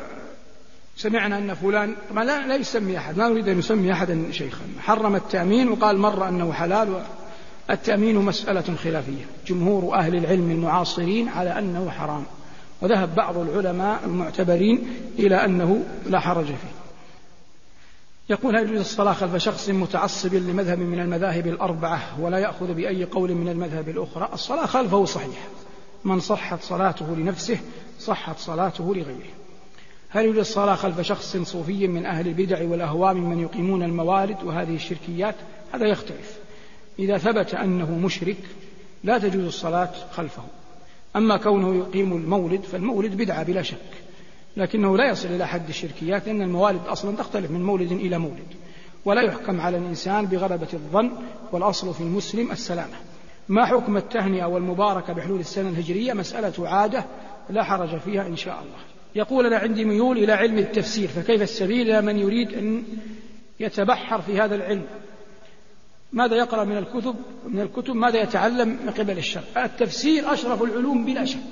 سمعنا أن فلان ما لا, لا يسمي أحد، ما نريد أن نسمي أحدا شيخا، حرم التأمين وقال مرة أنه حلال. والتأمين مسألة خلافية، جمهور أهل العلم المعاصرين على أنه حرام، وذهب بعض العلماء المعتبرين إلى أنه لا حرج فيه. يقول هل يجوز الصلاة خلف شخص متعصب لمذهب من المذاهب الأربعة ولا يأخذ بأي قول من المذهب الأخرى؟ الصلاة خلفه صحيح، من صحت صلاته لنفسه صحت صلاته لغيره. هل يجوز الصلاة خلف شخص صوفي من أهل البدع والأهواء ممن يقيمون الموالد وهذه الشركيات؟ هذا يختلف. إذا ثبت أنه مشرك لا تجوز الصلاة خلفه. أما كونه يقيم المولد فالمولد بدعة بلا شك، لكنه لا يصل إلى حد الشركيات، لأن الموالد أصلا تختلف من مولد إلى مولد، ولا يحكم على الإنسان بغلبة الظن، والأصل في المسلم السلامة. ما حكم التهنئة والمباركة بحلول السنة الهجرية؟ مسألة عادة لا حرج فيها إن شاء الله. يقول أنا عندي ميول إلى علم التفسير، فكيف السبيل إلى من يريد أن يتبحر في هذا العلم؟ ماذا يقرأ من الكتب من الكتب ماذا يتعلم من قبل الشرع؟ التفسير أشرف العلوم بلا شك،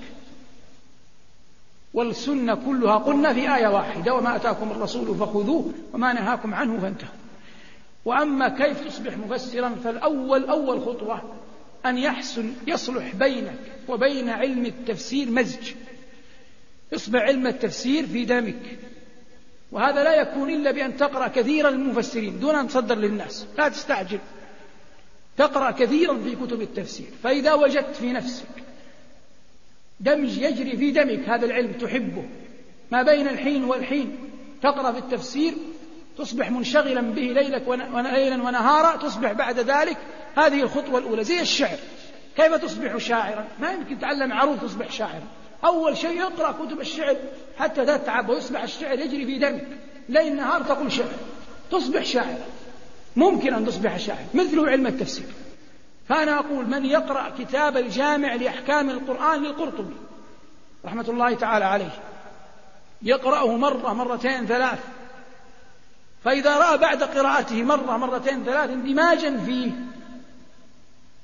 والسنة كلها قلنا في آية واحدة وما أتاكم الرسول فخذوه وما نهاكم عنه فانتهوا. وأما كيف تصبح مفسرا فالأول أول خطوة أن يحسن يصلح بينك وبين علم التفسير مزج، يصبح علم التفسير في دمك، وهذا لا يكون إلا بأن تقرأ كثيرا المفسرين دون أن تصدر للناس، لا تستعجل، تقرأ كثيرا في كتب التفسير. فإذا وجدت في نفسك دمج يجري في دمك هذا العلم تحبه، ما بين الحين والحين تقرأ في التفسير، تصبح منشغلا به ليلك وليلا ونهارا، تصبح بعد ذلك هذه الخطوة الأولى. زي الشعر، كيف تصبح شاعرا؟ ما يمكن تعلم عروض تصبح شاعرا. أول شيء يقرأ كتب الشعر حتى تتعب ويصبح الشعر يجري في دمك، ليل نهار تقول شعر، تصبح شاعرا. ممكن أن تصبح شاعر مثله علم التفسير. فأنا أقول من يقرأ كتاب الجامع لأحكام القرآن للقرطبي رحمة الله تعالى عليه، يقرأه مرة مرتين ثلاث، فإذا رأى بعد قراءته مرة مرتين ثلاث اندماجا فيه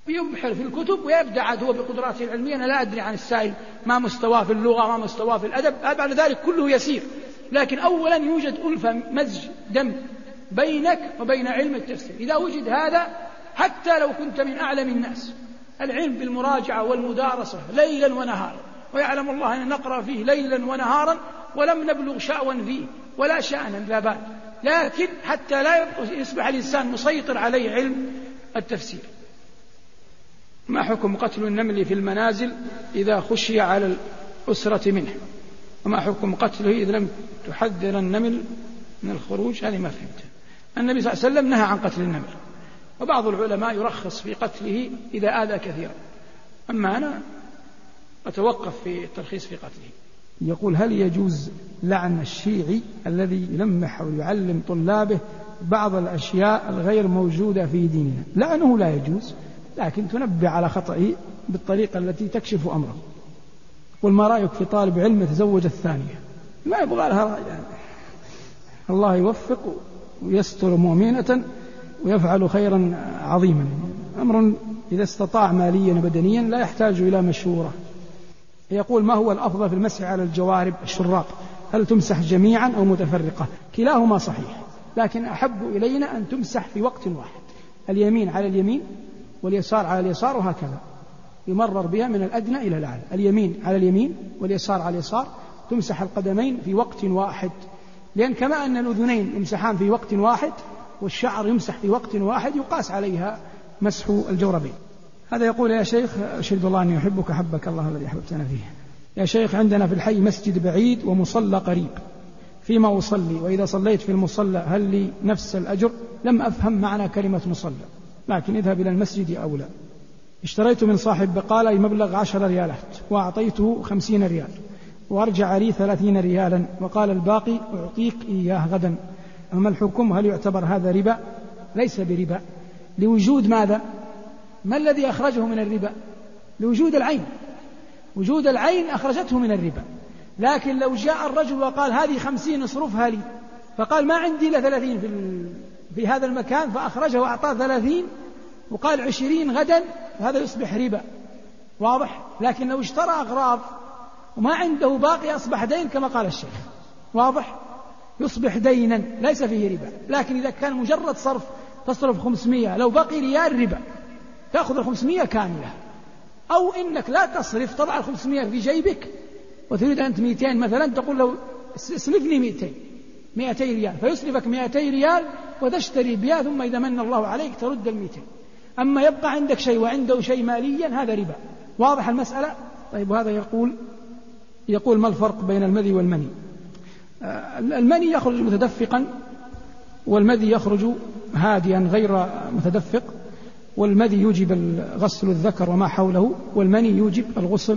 يبحر في الكتب ويبدأ عاد هو بقدراته العلمية. أنا لا أدري عن السائل ما مستواه في اللغة ما مستواه في الأدب، بعد ذلك كله يسير. لكن أولا يوجد ألفة مزج دم بينك وبين علم التفسير. إذا وجد هذا حتى لو كنت من أعلم الناس، العلم بالمراجعة والمدارسة ليلا ونهارا، ويعلم الله أن نقرأ فيه ليلا ونهارا ولم نبلغ شأوا فيه ولا شأنا لا بال، لكن حتى لا يصبح الإنسان مسيطر عليه علم التفسير. ما حكم قتل النمل في المنازل إذا خشي على الأسرة منه؟ وما حكم قتله إذا لم تحذر النمل من الخروج؟ هذه ما فهمت. النبي صلى الله عليه وسلم نهى عن قتل النمل، وبعض العلماء يرخص في قتله إذا آذى كثيرا، أما أنا أتوقف في الترخيص في قتله. يقول: هل يجوز لعن الشيعي الذي يلمح ويعلم طلابه بعض الأشياء الغير موجودة في ديننا؟ لعنه لا يجوز، لكن تنبه على خطئه بالطريقة التي تكشف أمره. قل: ما رأيك في طالب علم يتزوج الثانية؟ ما يبغى لها رأي يعني. الله يوفق ويستر مؤمنة ويفعل خيرا عظيما. أمر إذا استطاع ماليا وبدنيا لا يحتاج إلى مشورة. يقول: ما هو الأفضل في المسح على الجوارب الشراق؟ هل تمسح جميعا أو متفرقة؟ كلاهما صحيح، لكن أحب إلينا أن تمسح في وقت واحد، اليمين على اليمين واليسار على اليسار، وهكذا يمرر بها من الأدنى إلى الأعلى، اليمين على اليمين واليسار على اليسار، تمسح القدمين في وقت واحد، لأن كما أن الأذنين يمسحان في وقت واحد والشعر يمسح في وقت واحد يقاس عليها مسح الجوربين. هذا يقول: يا شيخ، أشهد الله أني أحبك حبك الله الذي أحببتنا فيه. يا شيخ، عندنا في الحي مسجد بعيد ومصلى قريب، فيما أصلي، وإذا صليت في المصلى هل لي نفس الأجر؟ لم أفهم معنى كلمة مصلى، لكن اذهب إلى المسجد أولى. اشتريت من صاحب بقالة مبلغ عشر ريالات وأعطيته خمسين ريال وأرجع لي ثلاثين ريالا وقال الباقي أعطيك إياه غدا، أما الحكم؟ هل يعتبر هذا ربا؟ ليس بربا، لوجود ماذا؟ ما الذي أخرجه من الربا؟ لوجود العين، وجود العين أخرجته من الربا. لكن لو جاء الرجل وقال هذه خمسين اصرفها لي، فقال ما عندي إلا ثلاثين في, في هذا المكان، فأخرجه وأعطاه ثلاثين وقال عشرين غدا، هذا يصبح ربا، واضح؟ لكن لو اشترى أغراض وما عنده باقي أصبح دين كما قال الشيخ، واضح؟ يصبح دينا ليس فيه ربا. لكن إذا كان مجرد صرف، تصرف خمسمية، لو بقي ريال ربا، تأخذ الخمسمية كاملة. أو إنك لا تصرف، تضع الخمسمية في جيبك وتريد أنت مئتين مثلا، تقول له اسلفني مئتين مئتي ريال، فيسلفك مئتي ريال وتشتري بها، ثم إذا من الله عليك ترد المئتين. أما يبقى عندك شيء وعنده شيء ماليا، هذا ربا، واضح المسألة؟ طيب، وهذا يقول يقول ما الفرق بين المذي والمني؟ المني يخرج متدفقا، والمذي يخرج هاديا غير متدفق، والمذي يوجب غسل الذكر وما حوله، والمني يوجب الغسل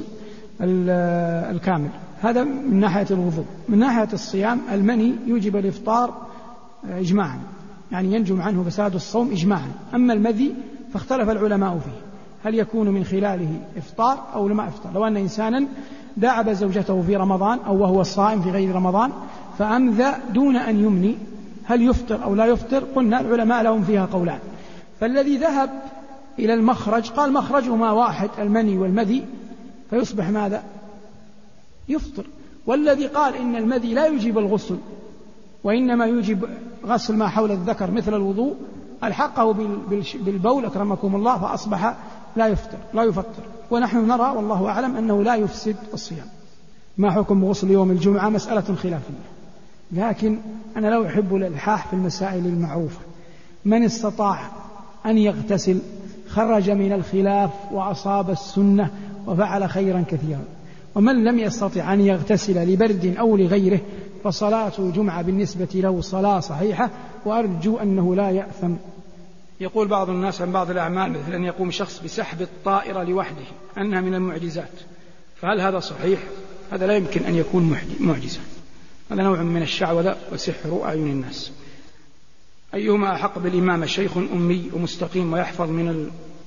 الكامل. هذا من ناحية الوضوء. من ناحية الصيام، المني يوجب الإفطار إجماعا، يعني ينجم عنه فساد الصوم إجماعا. أما المذي فاختلف العلماء فيه، هل يكون من خلاله إفطار أو لما إفطار؟ لو أن إنسانا داعب زوجته في رمضان أو وهو صائم في غير رمضان فأمذى دون أن يمني، هل يفطر أو لا يفطر؟ قلنا العلماء لهم فيها قولان. فالذي ذهب إلى المخرج قال مخرجهما واحد، المني والمذي، فيصبح ماذا؟ يفطر. والذي قال إن المذي لا يجيب الغسل وإنما يجيب غسل ما حول الذكر مثل الوضوء، ألحقه بالبول أكرمكم الله، فأصبح لا يفطر لا يفطر. ونحن نرى والله أعلم أنه لا يفسد الصيام. ما حكم غسل يوم الجمعة؟ مسألة خلافية، لكن أنا لا أحب الإلحاح في المسائل المعروفة. من استطاع أن يغتسل خرج من الخلاف وأصاب السنة وفعل خيرا كثيرا، ومن لم يستطع أن يغتسل لبرد أو لغيره فصلاة الجمعة بالنسبة له صلاة صحيحة، وأرجو أنه لا يأثم. يقول بعض الناس عن بعض الأعمال مثل أن يقوم شخص بسحب الطائرة لوحده أنها من المعجزات، فهل هذا صحيح؟ هذا لا يمكن أن يكون معجزة، هذا نوع من الشعوذة وسحر أعين الناس. أيهما أحق بالإمامة، شيخ أمي ومستقيم ويحفظ من ال...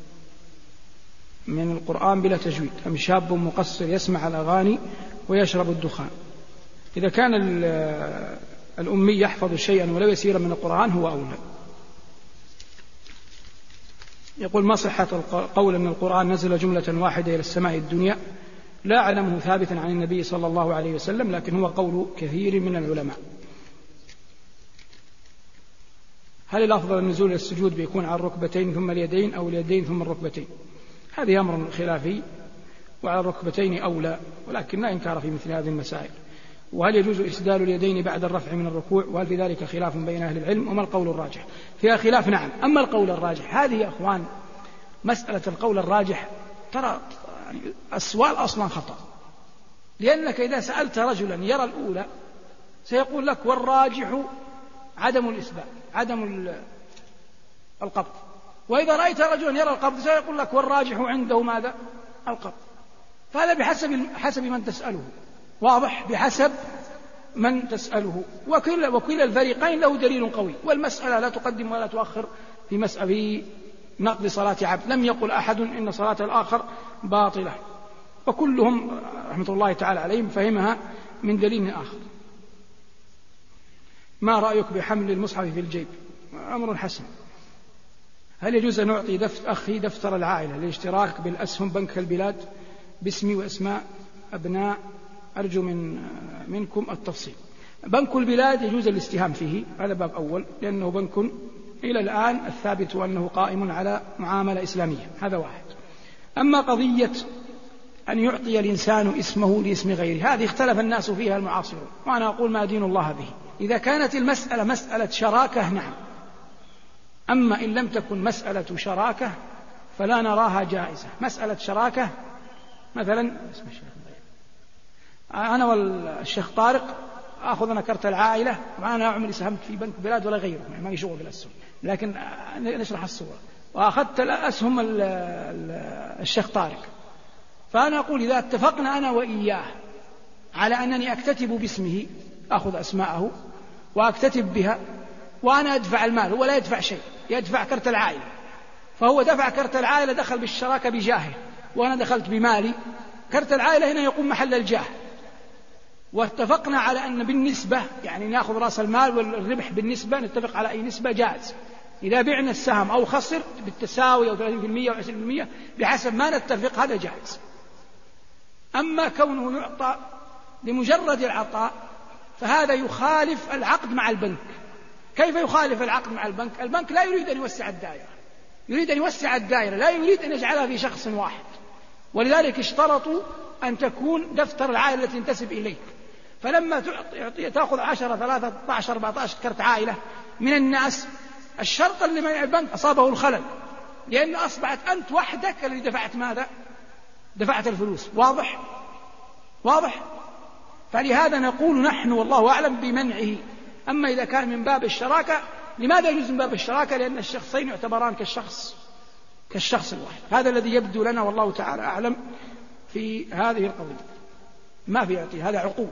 من القرآن بلا تجويد، أم شاب مقصر يسمع الأغاني ويشرب الدخان؟ إذا كان الأمي يحفظ شيئا ولو يسيرا من القرآن هو أولى. يقول: ما صحة القول أن القرآن نزل جملة واحدة إلى السماء الدنيا؟ لا أعلمه ثابتا عن النبي صلى الله عليه وسلم، لكن هو قول كثير من العلماء. هل الأفضل النزول إلى السجود بيكون على الركبتين ثم اليدين أو اليدين ثم الركبتين؟ هذه أمر خلافي، وعلى الركبتين أولى، ولكن لا إنكار في مثل هذه المسائل. وهل يجوز إسدال اليدين بعد الرفع من الركوع؟ وهل في ذلك خلاف بين أهل العلم؟ وما القول الراجح؟ فيها خلاف، نعم. أما القول الراجح، هذه يا أخوان مسألة القول الراجح، ترى يعني السؤال أصلا خطأ، لأنك إذا سألت رجلا يرى الأولى سيقول لك: والراجح عدم الإثبات، عدم القبض. وإذا رأيت رجلا يرى القبض سيقول لك: والراجح عنده ماذا؟ القبض. فهذا بحسب حسب من تسأله، واضح؟ بحسب من تسأله، وكل وكل الفريقين له دليل قوي، والمسألة لا تقدم ولا تؤخر في مسألة نقض صلاة عبد. لم يقل أحد إن صلاة الآخر باطلة، وكلهم رحمة الله تعالى عليهم فهمها من دليل آخر. ما رأيك بحمل المصحف في الجيب؟ أمر حسن. هل يجوز أن أعطي دفت أخي دفتر العائلة للاشتراك بالأسهم بنك البلاد باسمي واسماء أبناء؟ أرجو من منكم التفصيل. بنك البلاد يجوز الاستهام فيه، هذا باب أول، لأنه بنك إلى الآن الثابت أنه قائم على معاملة إسلامية، هذا واحد. أما قضية أن يعطي الإنسان اسمه لاسم غيره، هذه اختلف الناس فيها المعاصرون، وأنا أقول ما دين الله به. إذا كانت المسألة مسألة شراكة نعم، أما إن لم تكن مسألة شراكة فلا نراها جائزة. مسألة شراكة مثلا أنا والشيخ طارق أخذ أنا كرت العائلة، وأنا عمري ساهمت في بنك بلاد ولا غيره، يعني ما لي شغل بالأسهم، لكن نشرح الصورة. وأخذت الأسهم الشيخ طارق، فأنا أقول إذا اتفقنا أنا وإياه على أنني أكتتب باسمه، أخذ أسماءه وأكتتب بها، وأنا أدفع المال، هو لا يدفع شيء، يدفع كرت العائلة، فهو دفع كرت العائلة، دخل بالشراكة بجاهه، وأنا دخلت بمالي، كرت العائلة هنا يقوم محل الجاه. واتفقنا على أن بالنسبة، يعني نأخذ رأس المال والربح بالنسبة، نتفق على أي نسبة جائز. إذا بعنا السهم أو خسر بالتساوي أو ثلاثين بالمئة أو عشرين بالمئة بحسب ما نتفق، هذا جائز. أما كونه يعطى لمجرد العطاء فهذا يخالف العقد مع البنك. كيف يخالف العقد مع البنك؟ البنك لا يريد أن يوسع الدائرة، يريد أن يوسع الدائرة، لا يريد أن يجعلها في شخص واحد، ولذلك اشترطوا أن تكون دفتر العائلة التي تنتسب إليك. فلما تعطي تأخذ عشرة ثلاثة عشر أربعة عشر كرت عائلة من الناس، الشرط اللي من البنك أصابه الخلل، لأن أصبحت أنت وحدك الذي دفعت ماذا؟ دفعت الفلوس. واضح؟ واضح؟ فلهذا نقول نحن والله أعلم بمنعه. أما إذا كان من باب الشراكة، لماذا يجوز من باب الشراكة؟ لأن الشخصين يعتبران كالشخص كالشخص الواحد. هذا الذي يبدو لنا والله تعالى أعلم في هذه القضية. ما في يعطي، هذا عقود.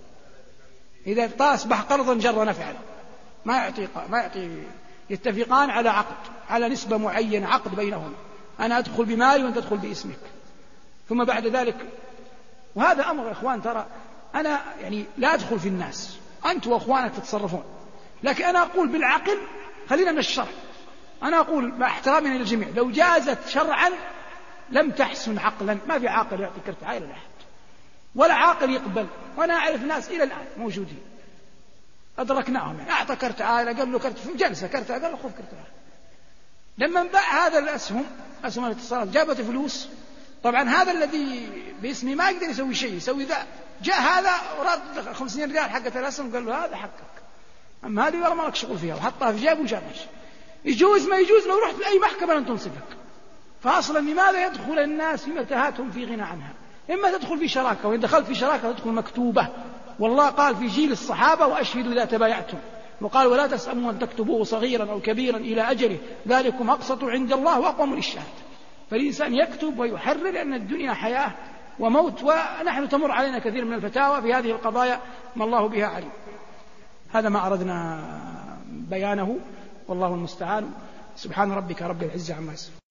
إذا أصبح قرضا جر نفعا ما يعطي ما يعطي يتفقان على عقد، على نسبة معينة، عقد بينهما، أنا أدخل بمالي وأنت تدخل باسمك، ثم بعد ذلك. وهذا أمر يا إخوان، ترى أنا يعني لا أدخل في الناس، أنت وأخوانك تتصرفون، لكن أنا أقول بالعقل، خلينا من الشرع. أنا أقول مع احترامنا للجميع، لو جازت شرعا لم تحسن عقلا. ما في عاقل يعطي كرت عائلة لأحد، ولا عاقل يقبل. وأنا أعرف ناس إلى الآن موجودين أدركناهم، يعني أعطى كرت عائلة، قبل له كرت في جلسة كرت عائلة، قال خذ كرت عائلة. لما باع هذا الأسهم، أسهم الاتصالات، جابت فلوس. طبعا هذا الذي باسمي ما يقدر يسوي شيء، يسوي ذا. جاء هذا ورد خمسين ريال حقة الأسهم، قال له هذا حقك، أما هذه والله ما لك شغل فيها، وحطها في جيبه وجابش. يجوز ما يجوز، لو رحت لأي محكمة لن تنصفك. فأصلا لماذا يدخل الناس في متاهاتهم في غنى عنها؟ إما تدخل في شراكة، وإن دخلت في شراكة تدخل مكتوبة. والله قال في جيل الصحابة: وأشهدوا إذا تبايعتم. وقال: ولا تسأموا أن تكتبوه صغيرا أو كبيرا إلى أجله، ذلكم أقسط عند الله وأقوم للشهادة. فالإنسان يكتب ويحرر، لأن الدنيا حياة وموت، ونحن تمر علينا كثير من الفتاوى في هذه القضايا ما الله بها عليم. هذا ما أردنا بيانه، والله المستعان. سبحان ربك رب العزة عما يصفون.